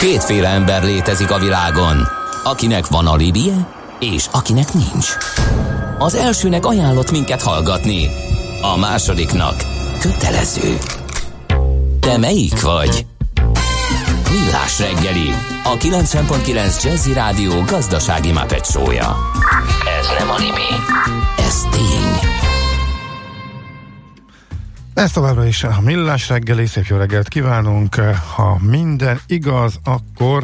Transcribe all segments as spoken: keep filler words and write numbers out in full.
Kétféle ember létezik a világon, akinek van alibije, és akinek nincs. Az elsőnek ajánlott minket hallgatni, a másodiknak kötelező. Te melyik vagy? Millás reggeli, a kilencven pont kilenc Jazzy Rádió gazdasági Muppet show-ja. Ez nem alibi, ez tény. Ez továbbra is a Millás reggeli, szép jó reggelt kívánunk. Ha minden igaz, akkor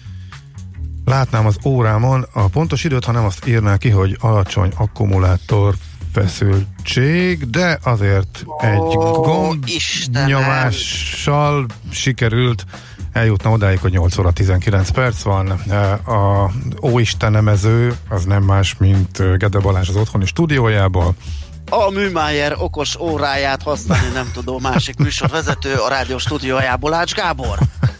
látnám az órámon a pontos időt, ha nem azt írná ki, hogy alacsony akkumulátor feszültség, de azért egy gomb nyomással sikerült eljutna odáig, hogy nyolc óra tizenkilenc perc van. A óistenemező az nem más, mint Gede Balázs az otthoni stúdiójából. A Műmájer okos óráját használni nem tudó másik műsorvezető a rádió stúdiójából, Ács Gábor.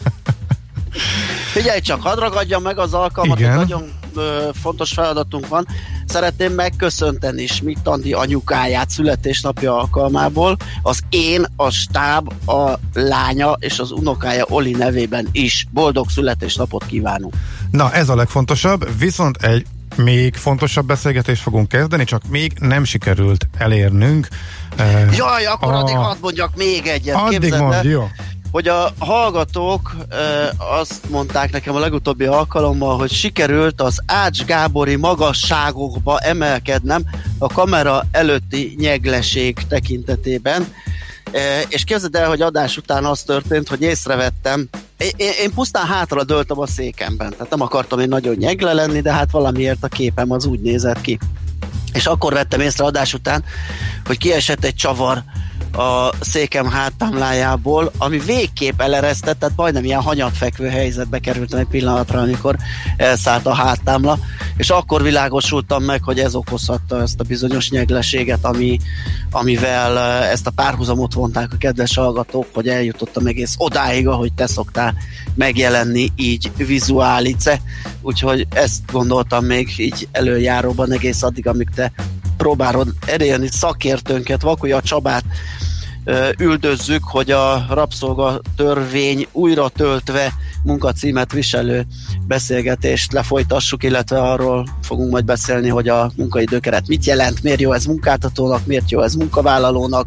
Figyelj csak, hadd ragadjam meg az alkalmat, hogy nagyon ö, fontos feladatunk van. Szeretném megköszönteni Schmidt Andi anyukáját születésnapja alkalmából. Az én, a stáb, a lánya és az unokája Oli nevében is boldog születésnapot kívánunk. Na, ez a legfontosabb, viszont egy még fontosabb beszélgetést fogunk kezdeni, csak még nem sikerült elérnünk. Jaj, akkor a... addig hadd mondjak még egyet. Addig mond, jó. Hogy a hallgatók e, azt mondták nekem a legutóbbi alkalommal, hogy sikerült az Ács Gábori magasságokba emelkednem a kamera előtti nyegleség tekintetében. E, és képzeld el, hogy adás után az történt, hogy észrevettem, Én, én pusztán hátra dőltem a székemben, tehát nem akartam én nagyon nyegle lenni, de hát valamiért a képem az úgy nézett ki. És akkor vettem észre adás után, hogy kiesett egy csavar a székem háttámlájából, ami végképp eleresztett, tehát majdnem ilyen hanyatfekvő helyzetbe kerültem egy pillanatra, amikor elszállt a háttámla, és akkor világosultam meg, hogy ez okozhatta ezt a bizonyos nyegleséget, ami, amivel ezt a párhuzamot vonták a kedves hallgatók, hogy eljutottam egész odáig, ahogy te szoktál megjelenni így vizuálice, úgyhogy ezt gondoltam még így előjáróban egész addig, amíg te próbálod elérni szakértőnket, Vakulya Csabát üldözzük, hogy a rabszolgatörvény újra töltve munkacímet viselő beszélgetést lefolytassuk, illetve arról fogunk majd beszélni, hogy a munkaidőkeret mit jelent, miért jó ez munkáltatónak, miért jó ez munkavállalónak,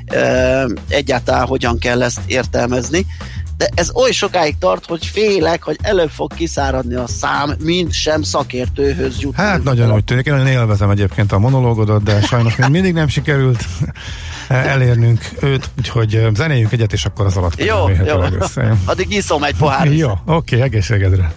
egyáltalán hogyan kell ezt értelmezni. De ez oly sokáig tart, hogy félek, hogy előbb fog kiszáradni a szám, mint sem szakértőhöz jutni. Hát nagyon úgy tűnik, én nagyon élvezem egyébként a monológodat, de sajnos még mindig nem sikerült elérnünk őt, úgyhogy zenéljünk egyet, és akkor az alatt jó, jó. Addig iszom egy pohár. Jó, oké, okay, egészségedre.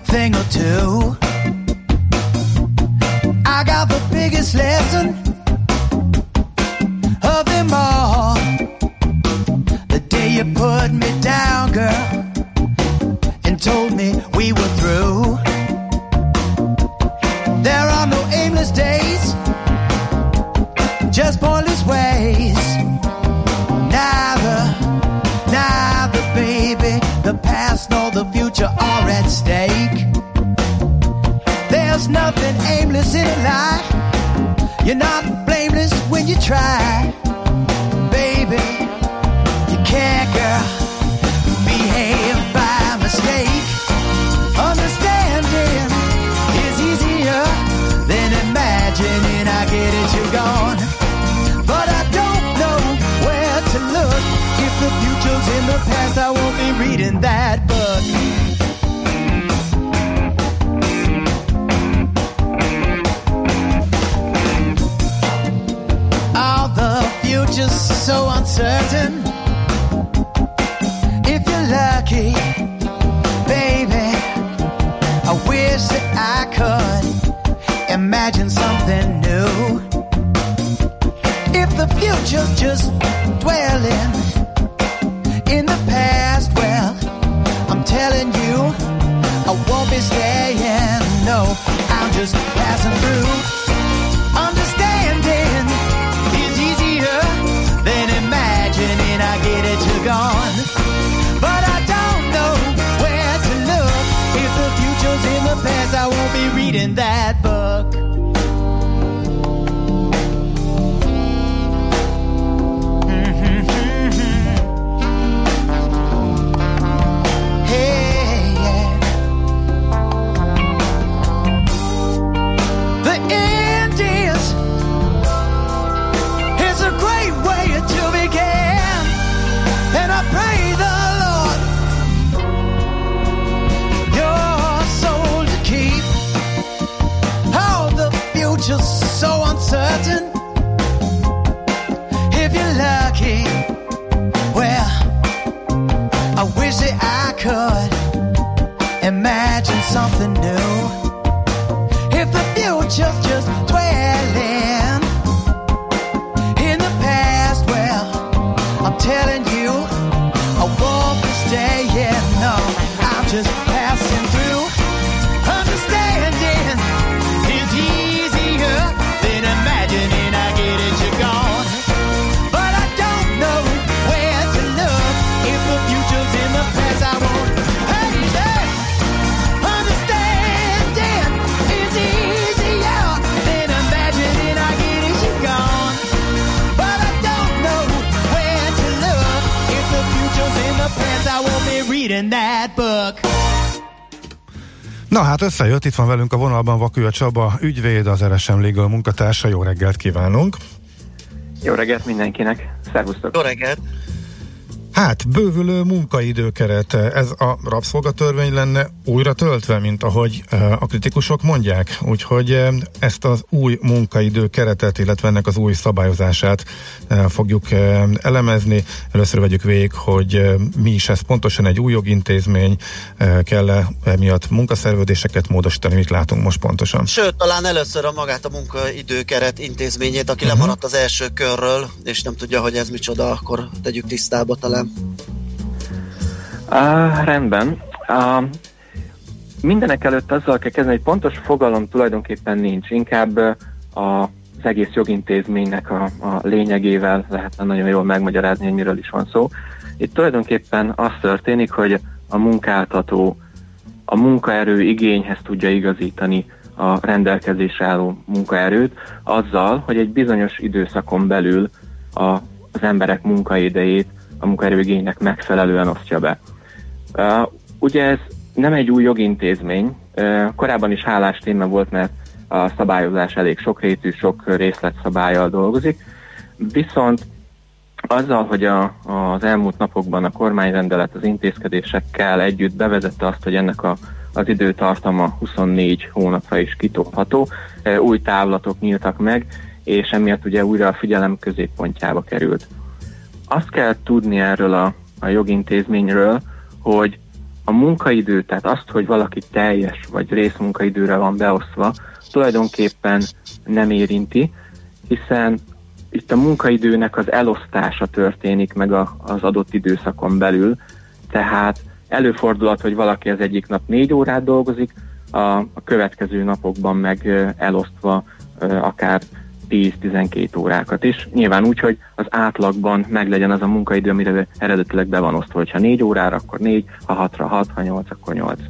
thing or two. I got the biggest lesson of them all. The day you put me down, girl, and told me we were through. There are no aimless days, just pointless ways. Neither, neither, baby, the past nor the future are at stake. There's nothing aimless in a life. You're not blameless when you try. Baby, you can't, girl, behave by mistake. Understanding is easier than imagining. I get it, you're gone, but I don't know where to look. If the future's in the past, I won't be reading that book. All the future's so uncertain. If you're lucky, baby, I wish that I could imagine something new. If the future's just dwelling in the past, well, I'm telling you, I won't be staying. No, I'm just passing through. Understanding is easier than imagining. I get it, you're gone, but I don't know where to look. If the future's in the past, I won't be reading that book. Mm-hmm, mm-hmm. Hey, yeah. The end is, is a great way to begin, and I pray the Lord your soul to keep. Oh, the future's so uncertain. If you're lucky, well, I wish that I could imagine something new. If the future's just dwelling in the past, well, I'm telling you, I won't be staying. No, I'm just passing through. Understanding is easier than imagining. I get it, you're gone, but I don't know where to look. If the future's in the past, I won't. Hey, yeah. Understanding is easier than imagining. I get it, you're gone, but I don't know where to look. If the future's in the past, I won't be reading that book. Na hát összejött, itt van velünk a vonalban Vakő Csaba, ügyvéd, az er es em Legal munkatársa. Jó reggelt kívánunk! Jó reggelt mindenkinek! Szervusztok! Jó reggelt! Hát, bővülő munkaidőkeret, ez a rabszolgatörvény lenne újra töltve, mint ahogy a kritikusok mondják, úgyhogy ezt az új munkaidőkeretet, illetve ennek az új szabályozását fogjuk elemezni. Először vegyük végig, hogy mi is ez pontosan, egy új jogintézmény, kell-e miatt munkaszerződéseket módosítani, mit látunk most pontosan? Sőt, talán először a magát a munkaidőkeret intézményét, aki uh-huh. lemaradt az első körről, és nem tudja, hogy ez micsoda, akkor tegyük tisztába talán. Uh, rendben. Uh, mindenek előtt azzal kell kezdeni, hogy pontos fogalom tulajdonképpen nincs. Inkább uh, az egész jogintézménynek a, a lényegével lehetne nagyon jól megmagyarázni, hogy miről is van szó. Itt tulajdonképpen az történik, hogy a munkáltató a munkaerő igényhez tudja igazítani a rendelkezésre álló munkaerőt azzal, hogy egy bizonyos időszakon belül a, az emberek munkaidejét a munkaerőigénynek megfelelően osztja be. Uh, ugye ez nem egy új jogintézmény, uh, korábban is hálás téma volt, mert a szabályozás elég sokrétű, sok részletszabállyal dolgozik, viszont azzal, hogy a, az elmúlt napokban a kormányrendelet az intézkedésekkel együtt bevezette azt, hogy ennek a, az időtartama huszonnégy hónapra is kitolható, uh, új távlatok nyíltak meg, és emiatt ugye újra a figyelem középpontjába került. Azt kell tudni erről a, a jogintézményről, hogy a munkaidő, tehát azt, hogy valaki teljes vagy részmunkaidőre van beosztva, tulajdonképpen nem érinti, hiszen itt a munkaidőnek az elosztása történik meg a, az adott időszakon belül, tehát előfordulhat, hogy valaki az egyik nap négy órát dolgozik, a, a következő napokban meg elosztva akár tíz-tizenkét órákat is. Nyilván úgy, hogy az átlagban meglegyen az a munkaidő, amire eredetileg be van osztva, hogyha négy órára, akkor négy, ha hatra hat, ha nyolc, akkor nyolc.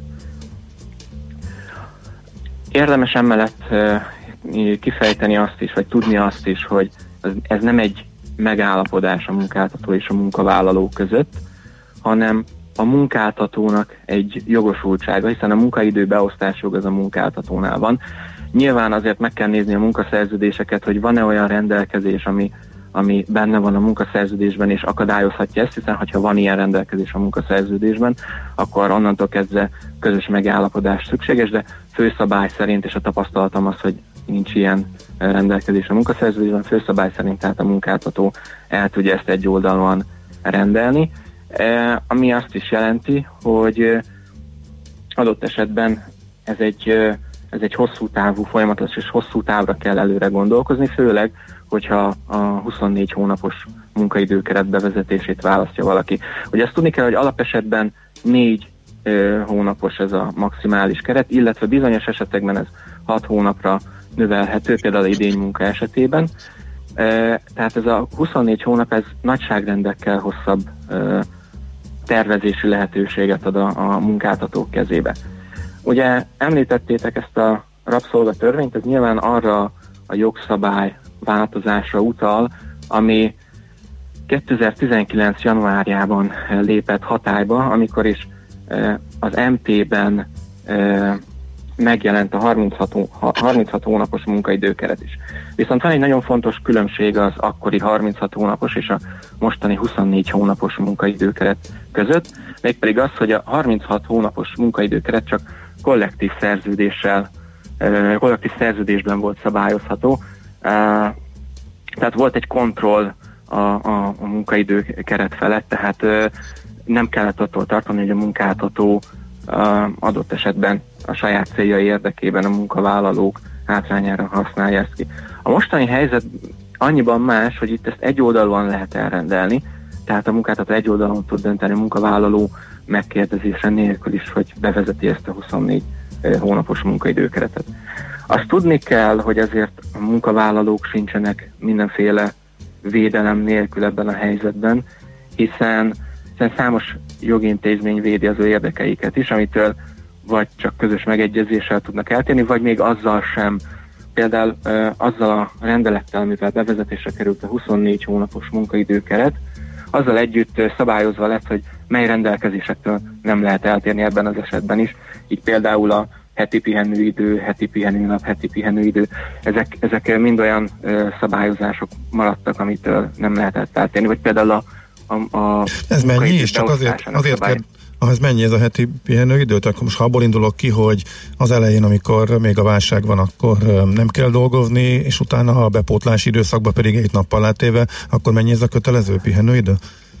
Érdemes emellett kifejteni azt is, vagy tudni azt is, hogy ez nem egy megállapodás a munkáltató és a munkavállaló között, hanem a munkáltatónak egy jogosultsága, hiszen a munkaidő beosztás jog az a munkáltatónál van. Nyilván azért meg kell nézni a munkaszerződéseket, hogy van-e olyan rendelkezés, ami, ami benne van a munkaszerződésben, és akadályozhatja ezt, hiszen ha van ilyen rendelkezés a munkaszerződésben, akkor onnantól kezdve közös megállapodás szükséges, de főszabály szerint, és a tapasztalatom az, hogy nincs ilyen rendelkezés a munkaszerződésben, főszabály szerint tehát a munkáltató el tudja ezt egy oldalon rendelni, e, ami azt is jelenti, hogy adott esetben ez egy, ez egy hosszú távú folyamat, és hosszú távra kell előre gondolkozni, főleg, hogyha a huszonnégy hónapos munkaidőkeret bevezetését választja valaki. Ugye azt tudni kell, hogy alapesetben négy ö, hónapos ez a maximális keret, illetve bizonyos esetekben ez hat hónapra növelhető, például idény munka esetében. E, tehát ez a huszonnégy hónap, ez nagyságrendekkel hosszabb e, tervezési lehetőséget ad a, a munkáltatók kezébe. Ugye említettétek ezt a rabszolgatörvényt, ez nyilván arra a jogszabály változásra utal, ami kétezer-tizenkilenc. januárjában lépett hatályba, amikor is e, az em té-ben e, megjelent a harminchat, harminchat hónapos munkaidőkeret is. Viszont van egy nagyon fontos különbség az akkori harminchat hónapos és a mostani huszonnégy hónapos munkaidőkeret között, mégpedig az, hogy a harminchat hónapos munkaidőkeret csak kollektív szerződéssel, kollektív szerződésben volt szabályozható, tehát volt egy kontroll a, a, a munkaidőkeret felett, tehát nem kellett attól tartani, hogy a munkáltató adott esetben a saját céljai érdekében a munkavállalók hátrányára használja ezt ki. A mostani helyzet annyiban más, hogy itt ezt egy oldalon lehet elrendelni, tehát a munkáltató egy oldalon tud dönteni a munkavállaló megkérdezése nélkül is, hogy bevezeti ezt a huszonnégy hónapos munkaidőkeretet. Azt tudni kell, hogy ezért a munkavállalók sincsenek mindenféle védelem nélkül ebben a helyzetben, hiszen, hiszen számos jogintézmény védi az ő érdekeiket is, amitől vagy csak közös megegyezéssel tudnak eltérni, vagy még azzal sem. Például ö, azzal a rendelettel, amivel bevezetésre került a huszonnégy hónapos munkaidőkeret, azzal együtt ö, szabályozva lett, hogy mely rendelkezésektől nem lehet eltérni ebben az esetben is. Így például a heti pihenőidő, heti pihenőnap, heti pihenőidő, ezek, ezek mind olyan ö, szabályozások maradtak, amitől nem lehetett eltérni. Vagy például a, a, a ez mennyi is? Csak azért, azért kell, ah, ez mennyi ez a heti pihenőidőt? Akkor most ha abból indulok ki, hogy az elején, amikor még a válság van, akkor nem kell dolgozni, és utána a bepótlási időszakban pedig egy nappal átéve, akkor mennyi ez a kötelező pihenőidő?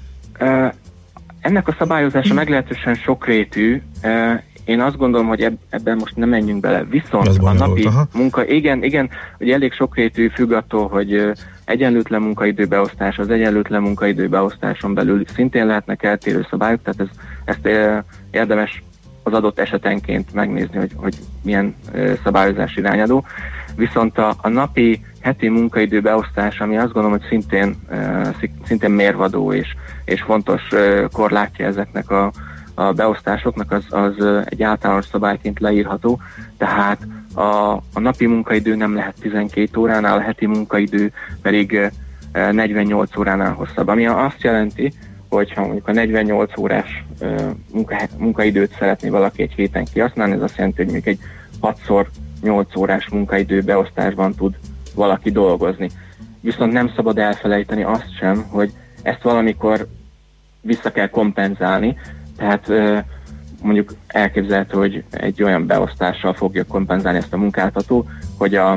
Uh, ennek a szabályozása meglehetősen sokrétű. Uh, Én azt gondolom, hogy eb- ebben most nem menjünk bele. Viszont a napi volt, munka, igen, igen, ugye elég sokrétű, függ attól, hogy uh, egyenlőtlen munkaidőbeosztás, az egyenlőtlen munkaidőbeosztáson belül szintén lehetnek eltérő szabályok, tehát ez, ezt uh, érdemes az adott esetenként megnézni, hogy, hogy milyen uh, szabályozás irányadó. Viszont a, a napi, heti munkaidőbeosztás, ami azt gondolom, hogy szintén, uh, szintén mérvadó és, és fontos uh, korlátja ezeknek a a beosztásoknak, az, az egy általános szabályként leírható, tehát a, a napi munkaidő nem lehet tizenkét óránál, a heti munkaidő pedig negyvennyolc óránál hosszabb. Ami azt jelenti, hogy ha mondjuk a negyvennyolc órás munka, munkaidőt szeretné valaki egy héten kihasználni, ez azt jelenti, hogy mondjuk egy hatszor nyolc órás munkaidő beosztásban tud valaki dolgozni. Viszont nem szabad elfelejteni azt sem, hogy ezt valamikor vissza kell kompenzálni, tehát mondjuk elképzelhető, hogy egy olyan beosztással fogja kompenzálni ezt a munkáltató, hogy a,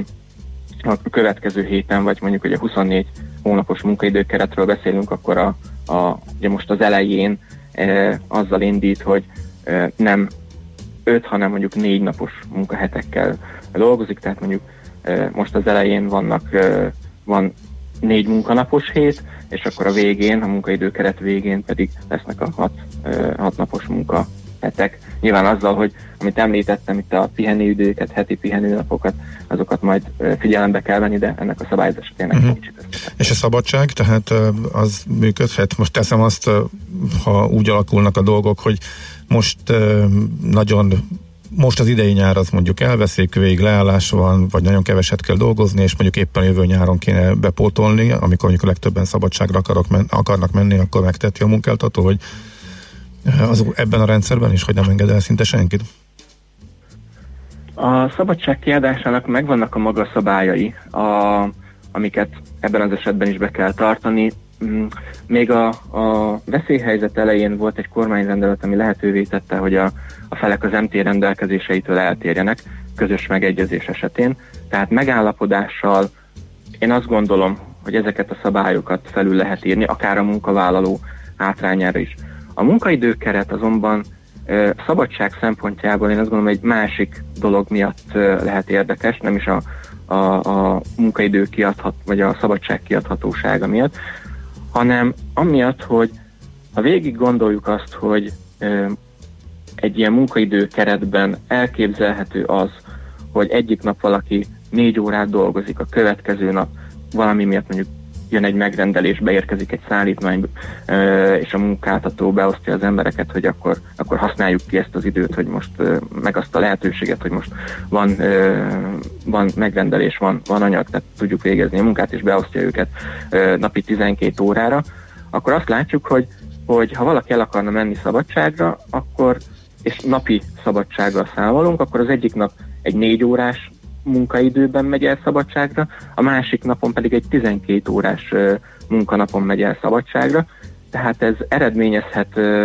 a következő héten, vagy mondjuk hogy a huszonnégy hónapos munkaidőkeretről beszélünk, akkor a, a, ugye most az elején e, azzal indít, hogy nem öt, hanem mondjuk négy napos munkahetekkel dolgozik, tehát mondjuk most az elején vannak, van négy munkanapos hét, és akkor a végén, a munkaidőkeret végén pedig lesznek a hat, hat napos munkahetek. Nyilván azzal, hogy amit említettem, itt a pihenőidőket, heti pihenőnapokat, azokat majd figyelembe kell venni, de ennek a szabályozása tényleg uh-huh. kicsit összetett. És a szabadság, tehát az működhet? Most teszem azt, ha úgy alakulnak a dolgok, hogy most nagyon most az idei nyár az mondjuk elveszik, végig leállás van, vagy nagyon keveset kell dolgozni, és mondjuk éppen jövő nyáron kéne bepótolni, amikor mondjuk a legtöbben szabadságra akarok men- akarnak menni, akkor megteti a munkáltató, hogy az ebben a rendszerben is, hogy nem enged el szinte senkit? A szabadság kiadásának megvannak a maga szabályai, a, amiket ebben az esetben is be kell tartani. Még a, a veszélyhelyzet elején volt egy kormányrendelet, ami lehetővé tette, hogy a, a felek az em té rendelkezéseitől eltérjenek közös megegyezés esetén. Tehát megállapodással én azt gondolom, hogy ezeket a szabályokat felül lehet írni, akár a munkavállaló hátrányára is. A munkaidőkeret azonban e, szabadság szempontjából én azt gondolom, egy másik dolog miatt e, lehet érdekes, nem is a, a, a munkaidő kiadhat, vagy a szabadság kiadhatósága miatt, hanem amiatt, hogy ha végig gondoljuk azt, hogy e, egy ilyen munkaidő keretben elképzelhető az, hogy egyik nap valaki négy órát dolgozik, a következő nap valami miatt mondjuk jön egy megrendelés, beérkezik egy szállítmány, és a munkáltató beosztja az embereket, hogy akkor, akkor használjuk ki ezt az időt, hogy most meg azt a lehetőséget, hogy most van, van megrendelés, van, van anyag, tehát tudjuk végezni a munkát, és beosztja őket napi tizenkét órára, akkor azt látjuk, hogy, hogy ha valaki el akarna menni szabadságra, akkor, és napi szabadsággal számolunk, akkor az egyik nap egy négy órás munkaidőben megy el szabadságra, a másik napon pedig egy tizenkét órás uh, munkanapon megy el szabadságra, tehát ez eredményezhet uh,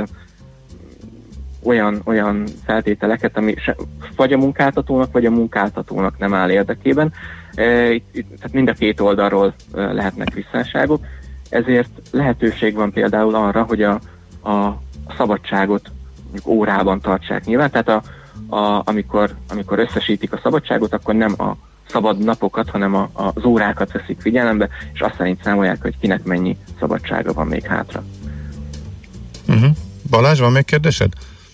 olyan, olyan feltételeket, ami se, vagy a munkáltatónak, vagy a munkáltatónak nem áll érdekében. Uh, itt, itt, tehát mind a két oldalról uh, lehetnek visszásságok, ezért lehetőség van például arra, hogy a, a szabadságot órában tartsák nyilván, tehát a A, amikor, amikor összesítik a szabadságot, akkor nem a szabad napokat, hanem a, a, az órákat veszik figyelembe, és azt szerint számolják, hogy kinek mennyi szabadsága van még hátra. Uh-huh. Balázs, van még kérdésed?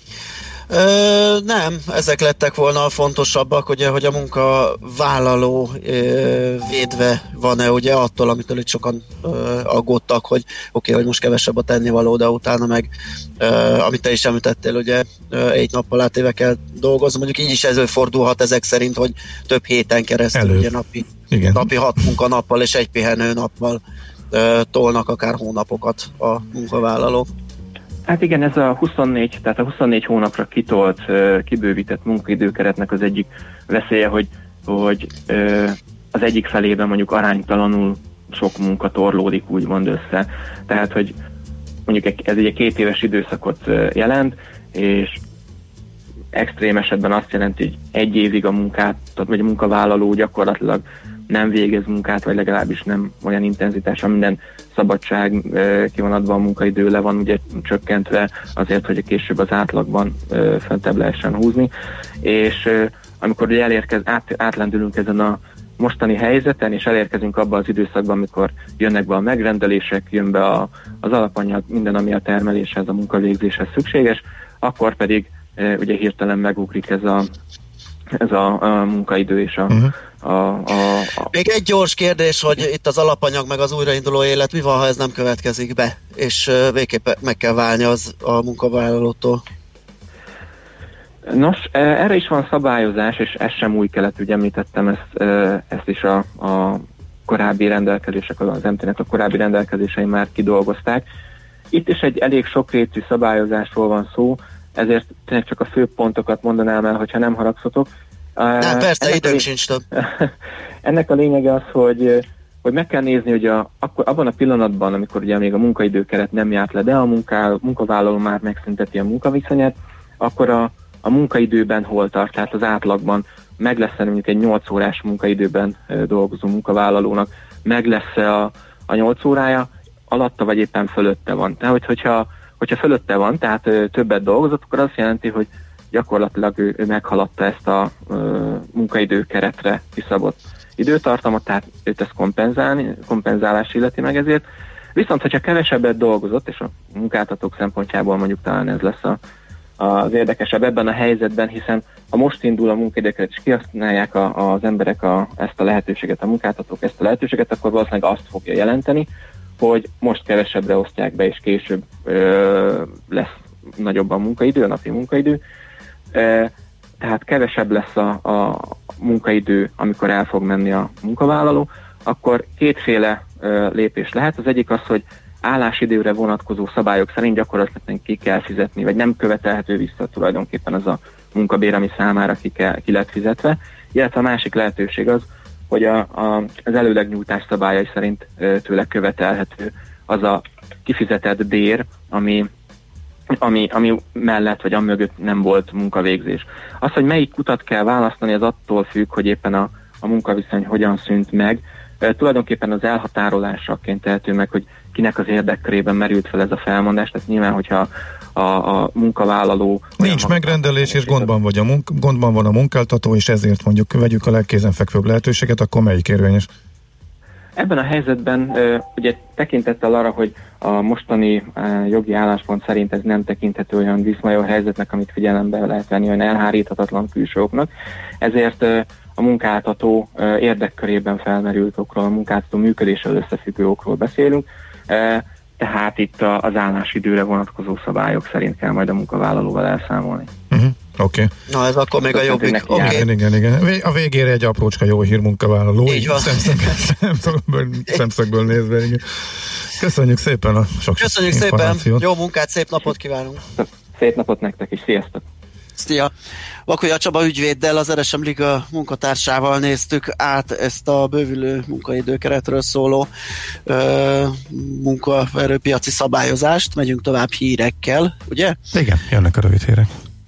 Ö, nem, ezek lettek volna a fontosabbak, ugye, hogy a munkavállaló ö, védve van-e ugye attól, amitől itt sokan ö, aggódtak, hogy oké, okay, hogy most kevesebb a tennivaló, de utána meg, ö, amit te is említettél, ugye ö, egy nappal átéve kell dolgozni, mondjuk így is előfordulhat ezek szerint, hogy több héten keresztül Elő. ugye napi, Igen. napi hat munkanappal és egy pihenő nappal ö, tolnak akár hónapokat a munkavállalók. Hát igen, ez a huszonnégy, tehát a huszonnégy hónapra kitolt, kibővített munkaidőkeretnek az egyik veszélye, hogy, hogy az egyik felében mondjuk aránytalanul sok munka torlódik úgymond össze. Tehát, hogy mondjuk ez egy két éves időszakot jelent, és extrém esetben azt jelenti, hogy egy évig a munkát, vagy a munkavállaló gyakorlatilag nem végez munkát, vagy legalábbis nem olyan intenzitása, minden szabadság kivonatban a munkaidő le van ugye csökkentve azért, hogy később az átlagban fentebb lehessen húzni, és amikor ugye elérkez, át, átlendülünk ezen a mostani helyzeten, és elérkezünk abban az időszakban, amikor jönnek be a megrendelések, jön be a, az alapanyag, minden, ami a termeléshez, a munkavégzéshez szükséges, akkor pedig ugye hirtelen megugrik ez a ez a, a munkaidő és a, uh-huh. a, a, a... Még egy gyors kérdés, hogy itt az alapanyag meg az újrainduló élet, mi van, ha ez nem következik be, és végképp meg kell válni az a munkavállalótól? Nos, erre is van szabályozás, és ez sem új kelet, ugye említettem ezt, ezt is a, a korábbi rendelkezések, az em té-nek a korábbi rendelkezései már kidolgozták. Itt is egy elég sokrétű szabályozásról van szó, ezért tényleg csak a fő pontokat mondanám el, hogyha nem haragszotok. Nem, persze, ennek időm lény- sincs több. Ennek a lényege az, hogy, hogy meg kell nézni, hogy a, akkor, abban a pillanatban, amikor ugye még a munkaidőkeret nem járt le, de a munká, munkavállaló már megszünteti a munkaviszonyát, akkor a, a munkaidőben hol tart, tehát az átlagban meg lesz-e mondjuk egy nyolc órás munkaidőben dolgozó munkavállalónak, meg lesz-e a, a nyolc órája, alatta vagy éppen fölötte van. Tehát, hogyha Hogyha fölötte van, tehát ö, többet dolgozott, akkor azt jelenti, hogy gyakorlatilag ő, ő meghaladta ezt a ö, munkaidő keretre kiszabott időtartamot, tehát őt ezt kompenzálni, kompenzálás illeti meg ezért. Viszont, hogyha kevesebbet dolgozott, és a munkáltatók szempontjából mondjuk talán ez lesz a, az érdekesebb ebben a helyzetben, hiszen ha most indul a munkaidőkeret, és kihasználják a, az emberek a, ezt a lehetőséget, a munkáltatók ezt a lehetőséget, akkor valószínűleg azt fogja jelenteni, hogy most kevesebbre osztják be, és később ö, lesz nagyobb a munkaidő, a napi munkaidő. E, tehát kevesebb lesz a, a munkaidő, amikor el fog menni a munkavállaló, akkor kétféle e, lépés lehet. Az egyik az, hogy állásidőre vonatkozó szabályok szerint gyakorlatilag ki kell fizetni, vagy nem követelhető vissza tulajdonképpen az a munkabér, ami számára ki, kell, ki lett fizetve. Illetve a másik lehetőség az, hogy a, a, az előlegnyújtás szabályai szerint e, tőle követelhető az a kifizetett bér, ami Ami, ami mellett vagy amögött nem volt munkavégzés. Az, hogy melyik utat kell választani, az attól függ, hogy éppen a, a munkaviszony hogyan szűnt meg. E, tulajdonképpen az elhatárolásakként tehető meg, hogy kinek az érdekkörében merült fel ez a felmondás. Tehát nyilván, hogyha a, a munkavállaló... Nincs megrendelés, és gondban, vagy a munk- gondban van a munkáltató, és ezért mondjuk vegyük a legkézenfekvőbb lehetőséget, akkor melyik érvényes? Ebben a helyzetben ugye tekintettel arra, hogy a mostani jogi álláspont szerint ez nem tekinthető olyan viszmajor helyzetnek, amit figyelembe lehet venni, olyan elháríthatatlan külső oknak, ezért a munkáltató érdekkörében felmerült okról, a munkáltató működéssel összefüggő okról beszélünk, tehát itt az állásidőre vonatkozó szabályok szerint kell majd a munkavállalóval elszámolni. Uh-huh. Oké. Okay. Na ez akkor még a jobbik. Okay. Igen, igen, igen. A végére egy aprócska jó hír munkavállaló. Így van. Szemszögből, szemszögből nézve. Igen. Köszönjük szépen a sok Köszönjük szépen. Jó munkát, szép napot kívánunk. Szép napot nektek is. Sziasztok. Szia! Vakolya Csaba ügyvéddel, az er es em Liga munkatársával néztük át ezt a bővülő munkaidőkeretről szóló ö, munkaerőpiaci szabályozást. Megyünk tovább hírekkel, ugye? Igen, jönnek a rövid hírek.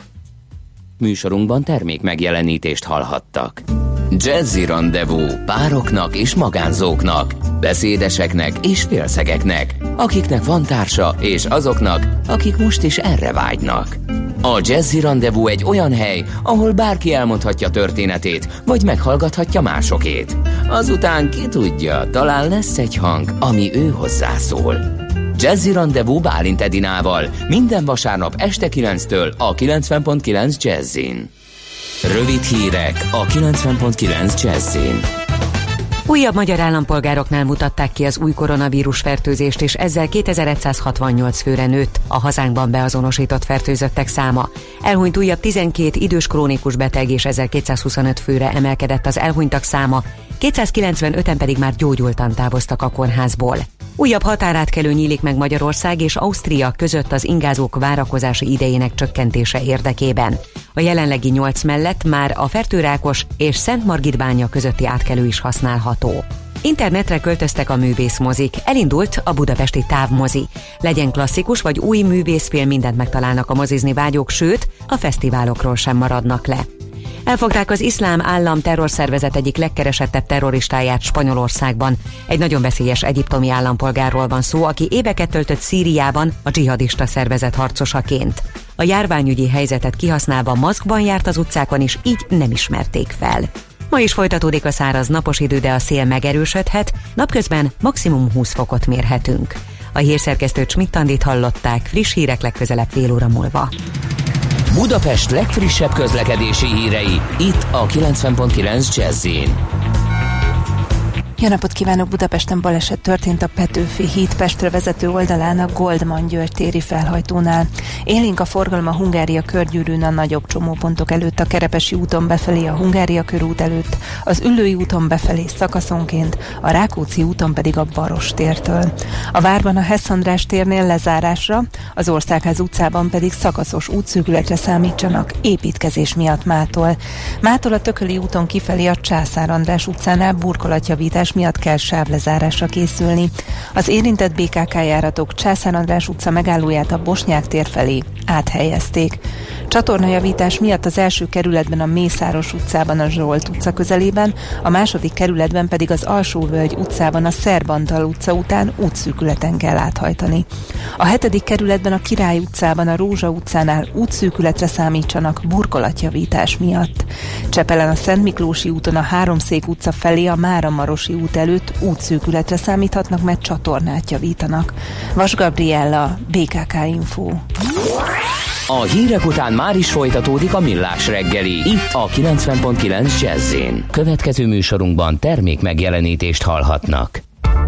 Műsorunkban termék megjelenítést hallhattak. Jazzy Rendezvous pároknak és magánzóknak, beszédeseknek és félszegeknek, akiknek van társa és azoknak, akik most is erre vágynak. A Jazzy Rendezvous egy olyan hely, ahol bárki elmondhatja történetét, vagy meghallgathatja másokét. Azután ki tudja, talán lesz egy hang, ami ő hozzászól. Jazzy Rendezvous Bálint Edinával minden vasárnap este kilenctől a kilencven pont kilenc Jazzin. Rövid hírek a kilencven pont kilenc Jazzin. Újabb magyar állampolgároknál mutatták ki az új koronavírus fertőzést, és ezzel kétezer-hatvannyolc főre nőtt a hazánkban beazonosított fertőzöttek száma. Elhunyt újabb tizenkét idős krónikus beteg, és ezerkétszázhuszonöt főre emelkedett az elhunytak száma, kétszázkilencvenöten pedig már gyógyultan távoztak a kórházból. Újabb határátkelő nyílik meg Magyarország és Ausztria között az ingázók várakozási idejének csökkentése érdekében. A jelenlegi nyolc mellett már a Fertőrákos és Szentmargit-bánya közötti átkelő is használható. Internetre költöztek a művészmozik, elindult a budapesti távmozi. Legyen klasszikus vagy új művészfilm, mindent megtalálnak a mozizni vágyók, sőt, a fesztiválokról sem maradnak le. Elfogták az Iszlám Állam terrorszervezet egyik legkeresettebb terroristáját Spanyolországban. Egy nagyon veszélyes egyiptomi állampolgárról van szó, aki éveket töltött Szíriában a dzsihadista szervezet harcosaként. A járványügyi helyzetet kihasználva maszkban járt az utcákon, és így nem ismerték fel. Ma is folytatódik a száraz napos idő, de a szél megerősödhet, napközben maximum húsz fokot mérhetünk. A hírszerkesztő Csmittandit hallották, friss hírek legközelebb fél óra múlva. Budapest legfrissebb közlekedési hírei, itt a kilencven pont kilenc Jazzin. Jó napot kívánok! Budapesten baleset történt a Petőfi híd Pestre vezető oldalán a Goldman György téri felhajtónál. Élénk a forgalom a Hungária körgyűrűn a nagyobb csomópontok előtt, a Kerepesi úton befelé a Hungária körút előtt, az Üllői úton befelé szakaszonként, a Rákóczi úton pedig a Baross tértől. A Várban a Hess András térnél lezárásra, az Országház utcában pedig szakaszos útszűkületre számítsanak építkezés miatt mától. Mától a Tököli úton kifelé a Császár András utcánál burkolatjavítás miatt kell sávlezárásra készülni. Az érintett bé ká ká járatok Császár András utca megállóját a Bosnyák tér felé áthelyezték. Csatornajavítás miatt az első kerületben a Mészáros utcában a Zsolt utca közelében, a második kerületben pedig az Alsóvölgy utcában a Szerbantal utca után útszűkületen kell áthajtani. A hetedik kerületben a Király utcában a Rózsa utcánál útszűkületre számítsanak burkolatjavítás miatt. Csepelen a Szent Miklósi úton a Háromszék utca felé a Máramarosi út előtt útszűkületre számíthatnak, mert csatornát javítanak. Vas Gabriella, bé ká ká Info. A hírek után már is folytatódik a Millás reggeli, itt a kilencven pont kilenc Jazz-én. Következő műsorunkban termék megjelenítést hallhatnak.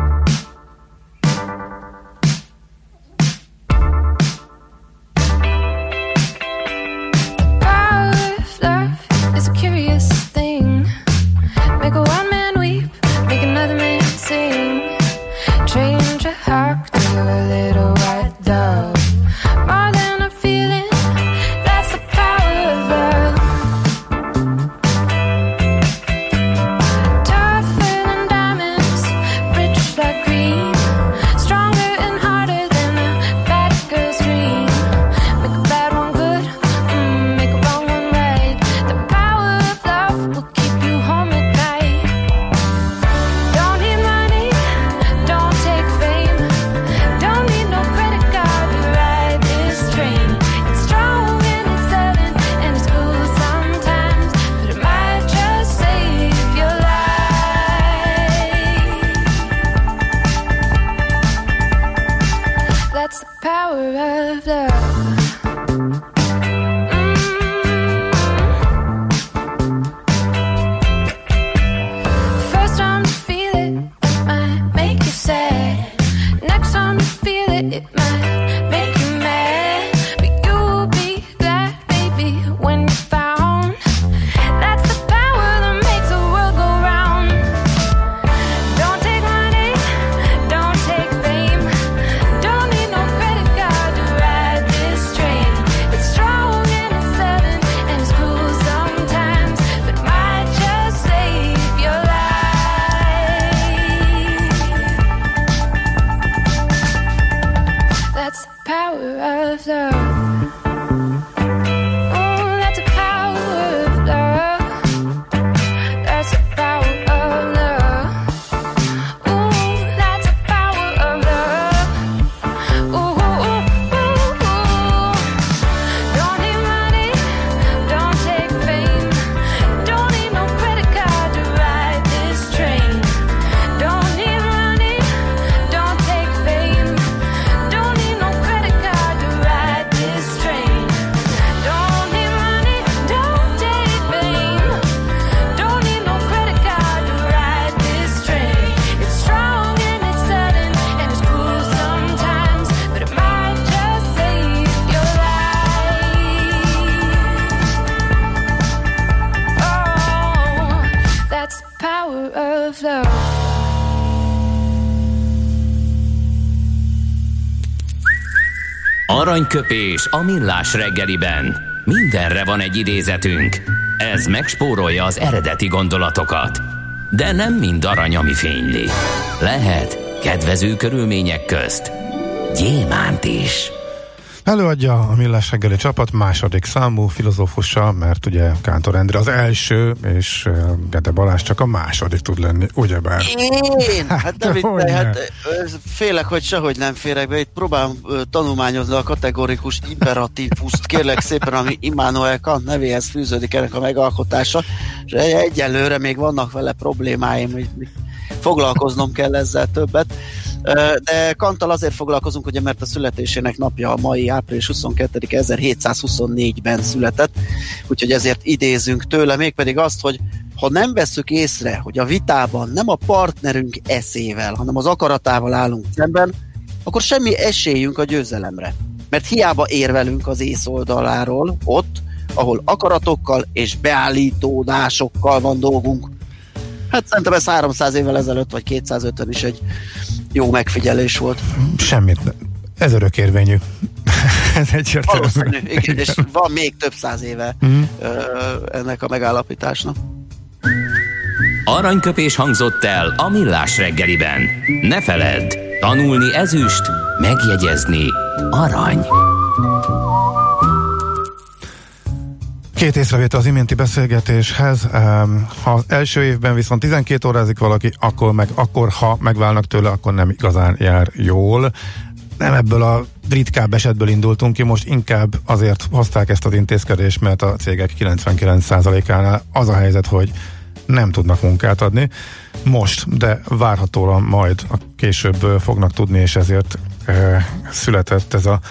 Aranyköpés a Millás reggeliben. Mindenre van egy idézetünk. Ez megspórolja az eredeti gondolatokat. De nem mind arany, ami fényli. Lehet kedvező körülmények közt gyémánt is. Előadja a Millás reggeli csapat második számú filozófussal, mert ugye Kántor Endre az első, és Gede Balázs csak a második tud lenni, ugyebár? Én? Hát, hát nem itt, hát félek, hogy sehogy nem férek be. Itt próbálom tanulmányozni a kategorikus imperatívust, kérlek szépen, ami Immanuel Kant nevéhez fűződik ennek a megalkotása, és egyelőre még vannak vele problémáim, hogy foglalkoznom kell ezzel többet. De Kanttal azért foglalkozunk, ugye, mert a születésének napja a mai április huszonkettedike ezerhétszázhuszonnégyben született, úgyhogy ezért idézünk tőle, mégpedig azt, hogy ha nem vesszük észre, hogy a vitában nem a partnerünk eszével, hanem az akaratával állunk szemben, akkor semmi esélyünk a győzelemre. Mert hiába érvelünk az ész oldaláról, ott, ahol akaratokkal és beállítódásokkal van dolgunk. Hát szerintem ez háromszáz évvel ezelőtt, vagy kétszázötven is egy jó megfigyelés volt. Semmit. Ez örökérvényű. Ez egyértelmű. Valószínű, igen, és van még több száz éve mm. ennek a megállapításnak. Aranyköpés hangzott el a Millás reggeliben. Ne feledd, tanulni ezüst, megjegyezni arany. Két észrevétel az iménti beszélgetéshez. Ha az első évben viszont tizenkét órázik valaki, akkor, meg, akkor ha megválnak tőle, akkor nem igazán jár jól. Nem ebből a ritkább esetből indultunk ki, most inkább azért hozták ezt az intézkedést, mert a cégek kilencvenkilenc százalékánál az a helyzet, hogy nem tudnak munkát adni most, de várhatóan majd a később fognak tudni, és ezért e, született ez a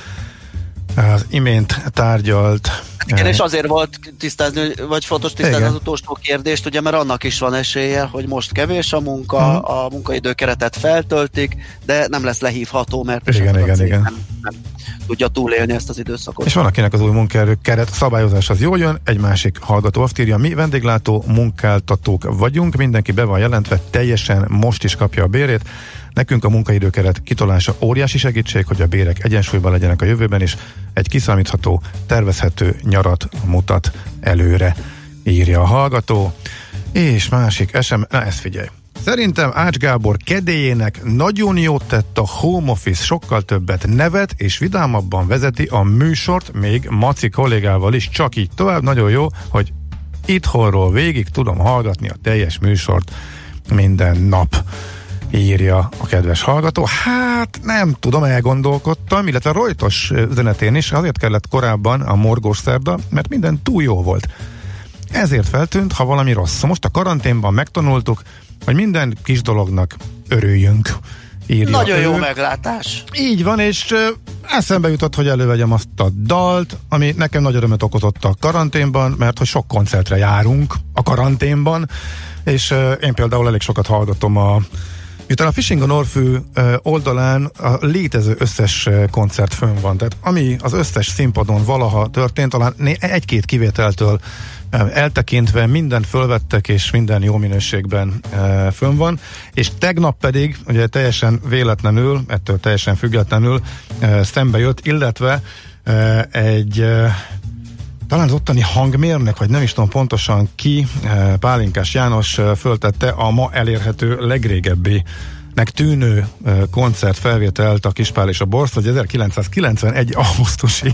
az imént tárgyalt. Igen, és azért volt tisztázni, vagy fontos tisztázni igen. az utolsó kérdést, ugye, mert annak is van esélye, hogy most kevés a munka, uh-huh. a munkaidőkeretet feltöltik, de nem lesz lehívható, mert igen, igen, igen. Nem, nem tudja túlélni ezt az időszakot. És van, akinek az új munkaerő keret szabályozás az jól jön, egy másik hallgató azt írja, mi vendéglátó munkáltatók vagyunk, mindenki be van jelentve, teljesen most is kapja a bérét. Nekünk a munkaidőkeret kitolása óriási segítség, hogy a bérek egyensúlyban legyenek a jövőben is. Egy kiszámítható, tervezhető nyarat mutat előre, írja a hallgató. És másik es em es, na ezt figyelj. Szerintem Ács Gábor kedélyének nagyon jót tett a home office, sokkal többet nevet és vidámabban vezeti a műsort, még Maci kollégával is, csak így tovább. Nagyon jó, hogy itthonról végig tudom hallgatni a teljes műsort minden nap, írja a kedves hallgató. Hát nem tudom, elgondolkodtam, illetve a Rojtos üzenetén is azért kellett korábban a morgós szerda, mert minden túl jó volt. Ezért feltűnt, ha valami rossz. Most a karanténban megtanultuk, hogy minden kis dolognak örüljünk, írja. Nagyon ő. jó meglátás. Így van, és uh, eszembe jutott, hogy elővegyem azt a dalt, ami nekem nagy örömet okozott a karanténban, mert hogy sok koncertre járunk a karanténban, és uh, én például elég sokat hallgatom a miután a Fishing on Orfű oldalán a létező összes koncert fönn van, tehát ami az összes színpadon valaha történt, talán egy-két kivételtől eltekintve mindent fölvettek, és minden jó minőségben fönn van, és tegnap pedig, ugye teljesen véletlenül, ettől teljesen függetlenül szembe jött, illetve egy talán az ottani hangmérnök, vagy nem is tudom pontosan ki, Pálinkás János föltette a ma elérhető legrégebbi nek tűnő koncert felvételt a Kispál és a Borsz, hogy ezerkilencszázkilencvenegy augusztusi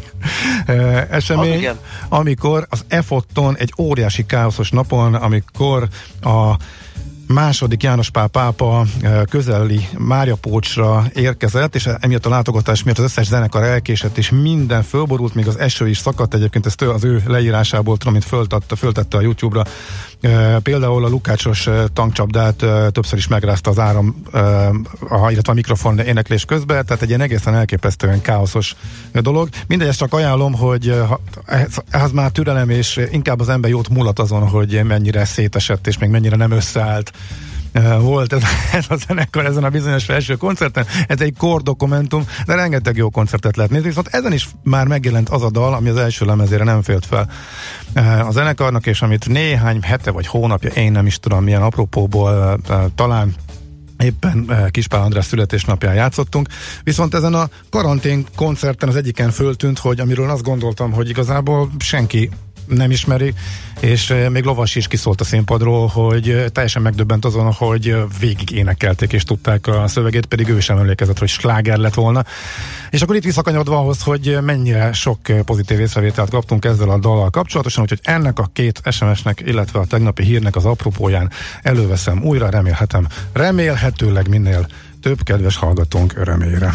esemény, ah, amikor az Efotton egy óriási káoszos napon, amikor a második János Pál pápa közeli Máriapócsra érkezett, és emiatt a látogatás miatt az összes zenekar elkésett, és minden fölborult, még az eső is szakadt, egyébként ezt az ő leírásából tudom, amit föltette, föltette a YouTube-ra. Például a Lukácsos tankcsapdát többször is megrázta az áram, illetve a mikrofon éneklés közben, tehát egy ilyen egészen elképesztően káoszos dolog. Mindegy, ezt csak ajánlom, hogy ehhez már türelem, és inkább az ember jót mulat azon, hogy mennyire szétesett, és még mennyire nem összeállt volt ez, ez a zenekar ezen a bizonyos első koncerten. Ez egy core dokumentum, de rengeteg jó koncertet lehet nézni, viszont ezen is már megjelent az a dal, ami az első lemezére nem félt fel a zenekarnak, és amit néhány hete vagy hónapja, én nem is tudom milyen apropóból, talán éppen Kispál András születésnapján játszottunk, viszont ezen a karantén koncerten az egyiken föltűnt, hogy amiről azt gondoltam, hogy igazából senki nem ismeri, és még Lovas is kiszólt a színpadról, hogy teljesen megdöbbent azon, hogy végig énekelték és tudták a szövegét, pedig ő sem emlékezett, hogy sláger lett volna. És akkor itt visszakanyodva ahhoz, hogy mennyire sok pozitív észrevételt kaptunk ezzel a dallal kapcsolatosan, úgyhogy ennek a két es em es-nek, illetve a tegnapi hírnek az apropóján előveszem újra, remélhetem, remélhetőleg minél több kedves hallgatónk örömére.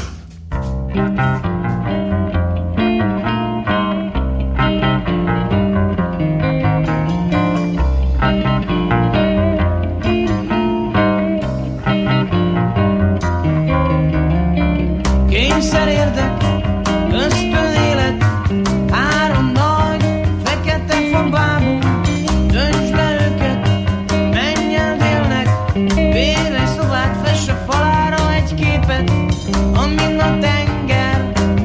Amin a tenger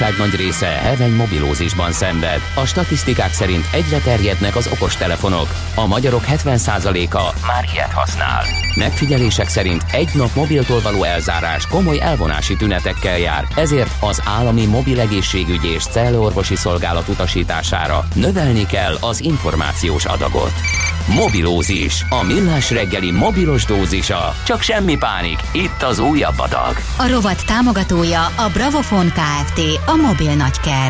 lakosság nagy része heveny mobilózisban szenved. A statisztikák szerint egyre terjednek az okostelefonok. A magyarok hetven százaléka már ilyet használ. Megfigyelések szerint egy nap mobiltól való elzárás komoly elvonási tünetekkel jár, ezért az állami mobil egészségügyi és cellorvosi szolgálat utasítására növelni kell az információs adagot. Mobilózis, a millás reggeli mobilos dózisa. Csak semmi pánik, itt az újabb adag. A rovat támogatója a Bravofon Kft. A mobil nagyker.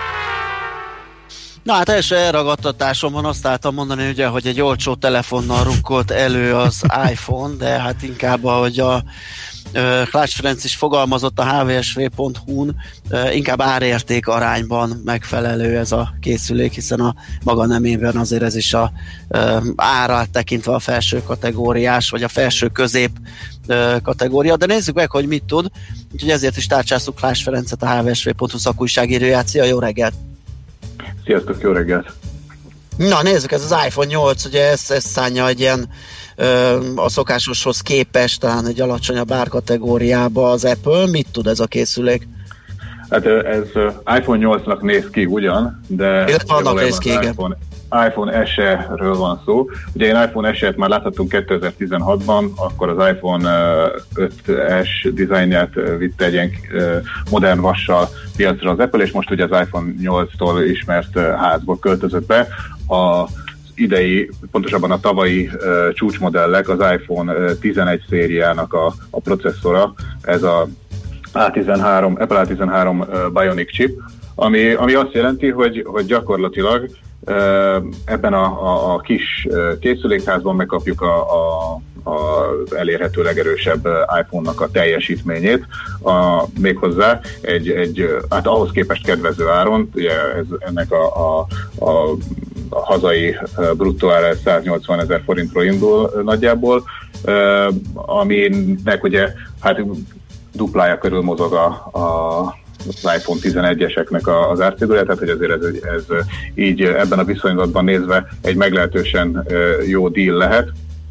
Na hát első elragadtatásomban azt álltam mondani, ugye, hogy egy olcsó telefonnal rukkolt elő az iPhone, de hát inkább ahogy a Klács Ferenc is fogalmazott a há vé es vé pont hú-n, inkább árérték arányban megfelelő ez a készülék, hiszen a maga nemében azért ez is a árát tekintve a felső kategóriás, vagy a felső közép kategória, de nézzük meg, hogy mit tud, úgyhogy ezért is tárcsáztuk Klács Ferencet, a há vé es vé pont hú szakújságíróját. Szia, jó reggelt! Sziasztok, jó reggelt! Na nézzük, ez az iPhone nyolc, ugye ez, ez szánja egy ilyen ö, a szokásoshoz képest, talán egy alacsonyabb árkategóriába az Apple. Mit tud ez a készülék? Hát ez iPhone nyolcnak néz ki ugyan, de annak néz ki, igen. iPhone, iPhone es e-ről van szó. Ugye én iPhone es e-t már láthattunk kétezer-tizenhatban, akkor az iPhone öt es dizájnját vitte egy ilyen modern vassal piacra az Apple, és most ugye az iPhone nyolctól ismert házból költözött be. A idei, pontosabban a tavalyi uh, csúcsmodellek, az iPhone uh, tizenegy szériának a, a processzora, ez a á tizenhárom, Apple á tizenhárom uh, Bionic chip, ami, ami azt jelenti, hogy, hogy gyakorlatilag uh, ebben a, a, a kis uh, készülékházban megkapjuk a, a, a elérhető legerősebb iPhone-nak a teljesítményét, a, méghozzá egy, egy, hát ahhoz képest kedvező áron, ugye ez, ennek a, a, a a hazai bruttó ára száznyolcvanezer forintról indul nagyjából, aminek ugye hát duplája körül mozog a, a, az iPhone tizenegyeseknek az árcédulja, tehát hogy azért ez, ez így ebben a viszonylatban nézve egy meglehetősen jó deal lehet.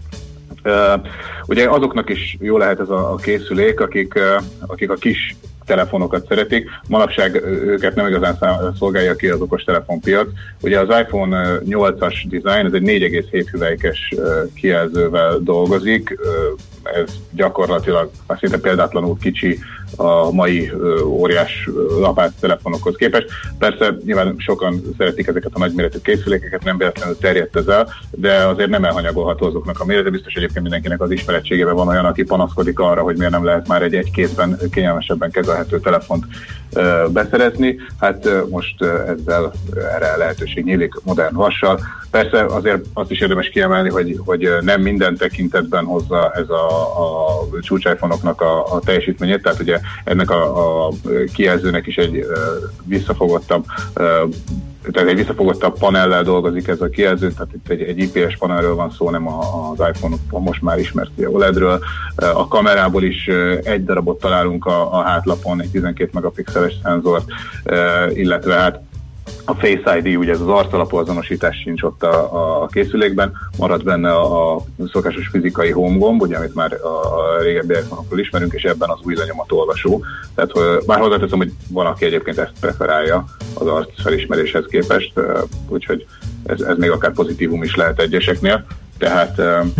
Ugye azoknak is jó lehet ez a, a készülék, akik, akik a kis telefonokat szeretik. Manapság őket nem igazán szolgálja ki az okostelefonpiac. Ugye az iPhone nyolcas design, ez egy négy egész hét hüvelykes kijelzővel dolgozik. Ez gyakorlatilag szinte példátlanul kicsi a mai óriás lapát telefonokhoz képest. Persze nyilván sokan szeretik ezeket a nagyméretű készülékeket, nem véletlenül terjedt ez el, de azért nem elhanyagolható azoknak a mérete. Biztos egyébként mindenkinek az ismeretségében van olyan, aki panaszkodik arra, hogy miért nem lehet már egy egy-kézben kényelmesebben kezelhető telefont beszerezni. Hát most ezzel erre lehetőség nyílik modern vassal. Persze azért azt is érdemes kiemelni, hogy, hogy nem minden tekintetben hozza ez a, a csúcs iPhone-oknak a, a teljesítményét, tehát ugye ennek a, a kijelzőnek is egy uh, visszafogottabb uh, tehát egy visszafogottabb panellel dolgozik ez a kijelző, tehát itt egy, egy i pé es panelről van szó, nem az iPhone most már ismert o el é dről. A kamerából is egy darabot találunk a, a hátlapon, egy tizenkét megapixeles szenzort, illetve hát a Face i dé, ugye ez az arcalapú azonosítás sincs ott a, a készülékben, marad benne a, a szokásos fizikai home gomb, ugye, amit már a, a régebbi iPhone-okról ismerünk, és ebben az új lenyomatolvasó. Tehát bár hozzáteszem, hogy van, aki egyébként ezt preferálja az arc felismeréshez képest, úgyhogy ez, ez még akár pozitívum is lehet egyeseknél. Tehát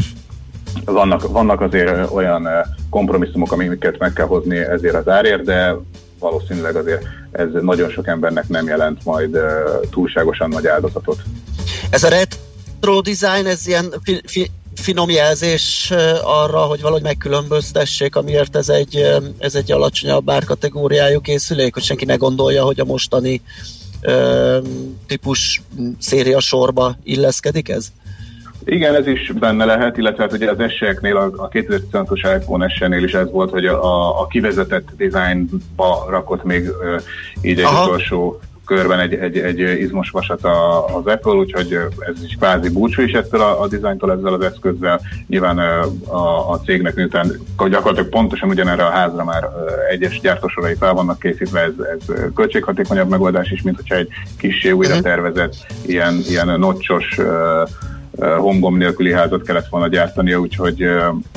vannak, vannak azért olyan kompromisszumok, amiket meg kell hozni ezért az árért, de valószínűleg azért ez nagyon sok embernek nem jelent majd uh, túlságosan nagy áldozatot. Ez a retro design, ez ilyen fi, fi, finom jelzés uh, arra, hogy valahogy megkülönböztessék, amiért ez egy, uh, ez egy alacsonyabb árkategóriájú készülék, hogy senki ne gondolja, hogy a mostani uh, típus széria sorba illeszkedik ez? Igen, ez is benne lehet, illetve hát ugye az es e-eknél, a, a kétezer-tizenhatos iPhone es e-nél is ez volt, hogy a, a kivezetett dizájnba rakott még uh, így egy Aha. utolsó körben egy, egy, egy izmos vasat a, az Apple, úgyhogy ez is kvázi búcsú is ettől a, a dizájntól ezzel az eszközzel. Nyilván a, a cégnek miután gyakorlatilag pontosan ugyanerre a házra már egyes gyártósorai fel vannak készítve, ez, ez költséghatékonyabb megoldás is, mint hogyha egy kissé újra tervezett, ilyen, ilyen notchos homegomb nélküli házat kellett volna gyártania, úgyhogy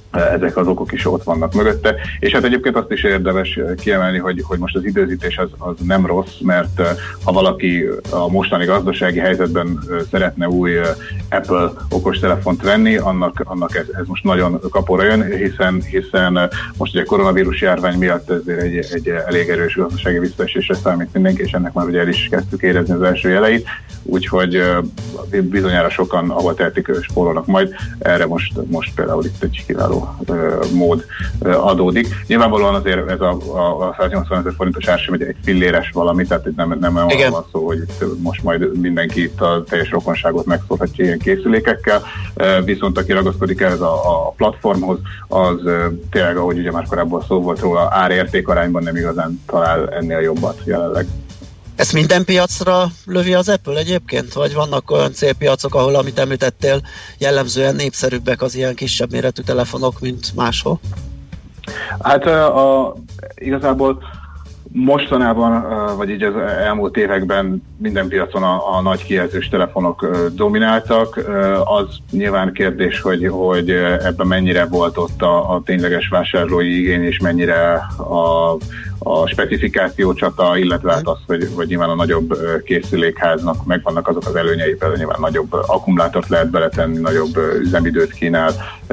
ezek az okok is ott vannak mögötte, és hát egyébként azt is érdemes kiemelni, hogy, hogy most az időzítés az, az nem rossz, mert ha valaki a mostani gazdasági helyzetben szeretne új Apple okostelefont venni, annak, annak ez, ez most nagyon kapóra jön, hiszen, hiszen most ugye a koronavírus járvány miatt ezért egy, egy elég erős gazdasági visszaesésre számít mindenki, és ennek már ugye el is kezdtük érezni az első jeleit, úgyhogy bizonyára sokan ahol tehetik, spórolnak majd, erre most, most például itt egy kiváló mód adódik. Nyilvánvalóan azért ez a, a, a száznyolcvanezer forintos ár sem egy, egy filléres valami, tehát nem, nem arról van szó, hogy most majd mindenki itt a teljes rokonságot megszólhatja ilyen készülékekkel, viszont aki ragaszkodik ehhez a, a platformhoz, az tényleg, ahogy ugye már korábban szó volt róla, ár-érték arányban nem igazán talál ennél jobbat jelenleg. Ezt minden piacra lövi az Apple egyébként? Vagy vannak olyan célpiacok, ahol, amit említettél, jellemzően népszerűbbek az ilyen kisebb méretű telefonok, mint máshol? Hát a, a, igazából mostanában, vagy így az elmúlt években minden piacon a, a nagy kijelzős telefonok domináltak. Az nyilván kérdés, hogy, hogy ebben mennyire volt ott a, a tényleges vásárlói igény, és mennyire a, a specifikáció csata, illetve hát az, hogy, hogy nyilván a nagyobb készülékháznak megvannak azok az előnyei, például nyilván nagyobb akkumulátort lehet beletenni, nagyobb üzemidőt kínál,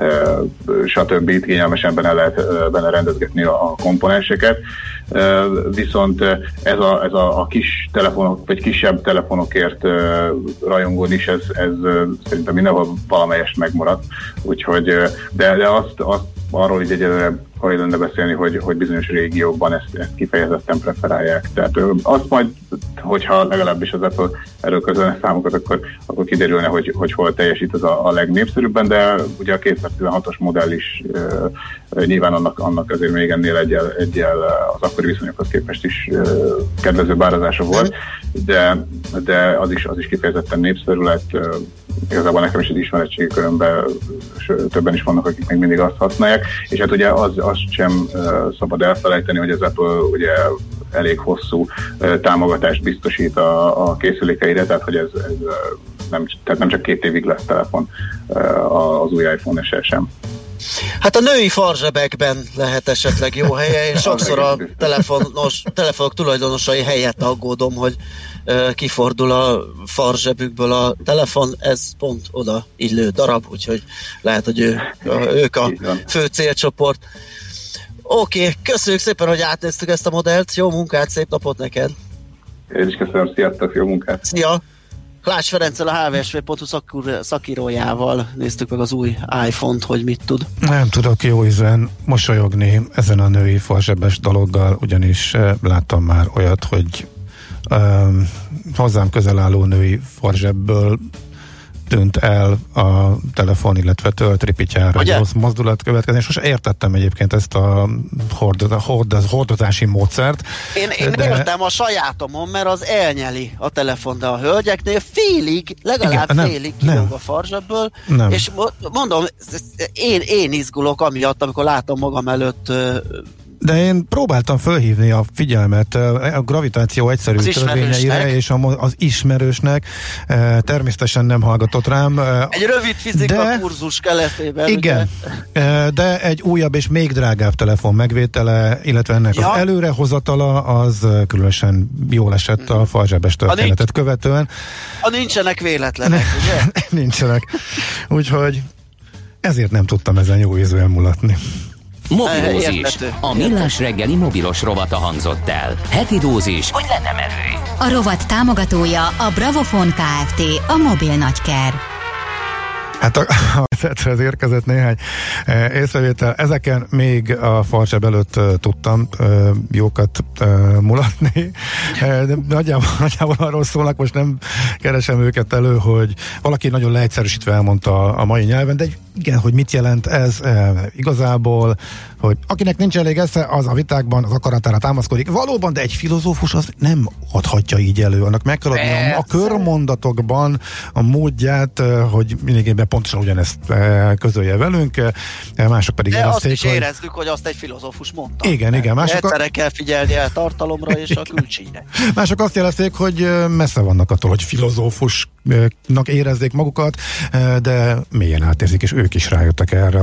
stb. Kényelmesen benne lehet benne rendezgetni a komponenseket. Viszont ez a, ez a, a kis telefonok, vagy kisebb telefonokért rajongódni is, ez, ez szerintem mindenhol valamelyest megmaradt. Úgyhogy, de, de azt, azt arról így egyelőre arra lenne beszélni, hogy, hogy bizonyos régiókban ezt, ezt kifejezetten preferálják. Tehát azt majd, hogyha legalábbis az Apple erről közölne számokat, akkor, akkor kiderülne, hogy, hogy hol teljesít ez a, a legnépszerűbben, de ugye a kétezer-tizenhatos modell is uh, nyilván annak, annak azért még ennél egyel, egyel az akkori viszonyokhoz képest is uh, kedvező árazása volt, de, de az is, az is kifejezetten népszerű lett. Uh, igazából nekem is egy ismeretségi körömben többen is vannak, akik még mindig azt használják, és hát ugye az, azt sem uh, szabad elfelejteni, hogy az Apple ugye elég hosszú uh, támogatást biztosít a, a készülékeire, tehát hogy ez, ez uh, nem, tehát nem csak két évig lesz telefon uh, az új iPhone-es sem. Hát a női farzsebekben lehet esetleg jó helye, és sokszor a telefonos, telefonok tulajdonosai helyett aggódom, hogy uh, kifordul a farzsebükből a telefon, ez pont oda illő darab, úgyhogy lehet, hogy ő, a, ők a fő célcsoport. Oké, okay, köszönjük szépen, hogy átnéztük ezt a modellt, jó munkát, szép napot neked! Én is köszönöm, sziasztok, jó munkát! Szia! Klács Ferenccel, a há vé es vé pont hu szakírójával néztük meg az új iPhone-t, hogy mit tud. Nem tudok jó ízen mosolyogni ezen a női farzsebes dologgal, ugyanis eh, láttam már olyat, hogy eh, hozzám közel álló női farzsebből tűnt el a telefon, illetve tölt ripityára egy rossz mozdulat következni, és most értettem egyébként ezt a hordoz, hordoz, hordozási módszert. Én, én de... értem a sajátomon, mert az elnyeli a telefon, de a hölgyeknél félig, legalább igen, félig kilóg a farzsebből, nem. És mondom, én, én izgulok amiatt, amikor látom magam előtt. De én próbáltam fölhívni a figyelmet a gravitáció egyszerű törvényeire, és az ismerősnek természetesen nem hallgatott rám. Egy rövid fizika de, kurzus keletében. Igen, ugye? De egy újabb és még drágább telefon megvétele, illetve ennek ja. az előrehozatala, az különösen jól esett a farzsebes történetet nincs, követően. A nincsenek véletlenek, ugye? Nincsenek. Úgyhogy ezért nem tudtam ezen jó ízűen mulatni. Mobilózis. A millás reggeli mobilos rovata hangzott el. Heti dózis, hogy lenne merő. A rovat támogatója a Bravofon Kft. A mobil nagyker. Hát a, az érkezett néhány e, észrevétel. Ezeken még a farzseb előtt e, tudtam e, jókat e, mulatni. E, de nagyjából, nagyjából arról szólnak, most nem keresem őket elő, hogy valaki nagyon leegyszerűsítve elmondta a, a mai nyelven, de igen, hogy mit jelent ez e, igazából, hogy akinek nincs elég esze, az a vitákban az akaratára támaszkodik. Valóban, de egy filozófus az nem adhatja így elő. Annak meg kell adni a, a körmondatokban a módját, hogy mindig pontosan ugyanezt közölje velünk, mások pedig de azt is hogy... érezzük, hogy azt egy filozófus mondta. Igen, igen. Mások egyszerre kell figyelni a tartalomra és a külcsíre. Mások azt jelezték, hogy messze vannak attól, hogy filozófusnak érezzék magukat, de mélyen átérzik, és ők is rájöttek erre a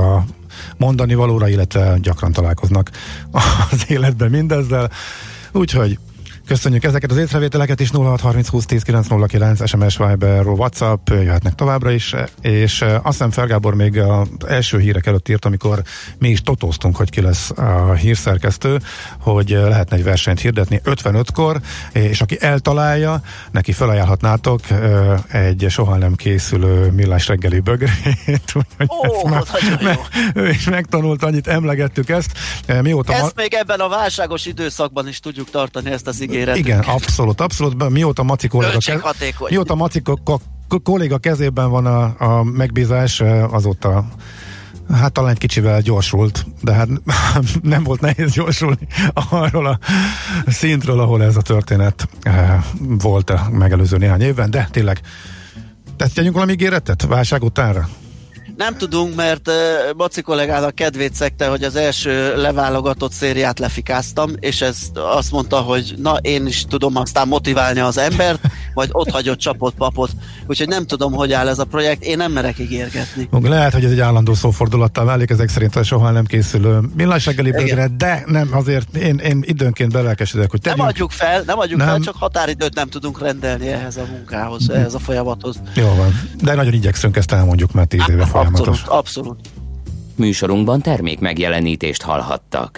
mondani valóra, illetve gyakran találkoznak az életben mindezzel. Úgyhogy köszönjük ezeket az észrevételeket is. Nulla hat harminc húsz tíz kilenc nulla kilenc es em es, Viber, WhatsApp jöhetnek továbbra is, és azt hiszem Fergábor még az első hírek előtt írt, amikor mi is totóztunk, hogy ki lesz a hírszerkesztő, hogy lehetne egy versenyt hirdetni ötvenötkor, és aki eltalálja, neki felajánlhatnátok egy soha nem készülő millás reggeli bögrét. Ó, már, me, ő is megtanult, annyit emlegettük ezt. Mióta ezt ma... még ebben a válságos időszakban is tudjuk tartani, ezt az ígéretet. Igen, abszolút, abszolút. Mióta Maci kolléga, kez... mióta Maci kolléga kezében van a, a megbízás, azóta hát talán egy kicsivel gyorsult, de hát nem volt nehéz gyorsulni arról a szintről, ahol ez a történet volt a megelőző néhány évben, de tényleg tegyünk valami ígéretet válság utánra? Nem tudunk, mert uh, Baci kollégának kedvét szegte, hogy az első leválogatott szériát lefikáztam, és ez azt mondta, hogy na, én is tudom aztán motiválni az embert, vagy ott hagyott csapott papot. Úgyhogy nem tudom, hogy áll ez a projekt, én nem merek ígérgetni. Lehet, hogy ez egy állandó szófordulattá válik, ezek szerint a soha nem készülő millás reggeli bögre, de nem, azért én, én időnként belelkesedek, hogy tegyünk. Nem adjuk fel, nem adjuk nem. fel, csak határidőt nem tudunk rendelni ehhez a munkához, ehhez a folyamathoz. Jó van, de nagyon igyekszünk, ezt elmondjuk, mert tíz éve folyamatos. Abszolút, abszolút. Műsorunkban termék megjelenítést hallhattak.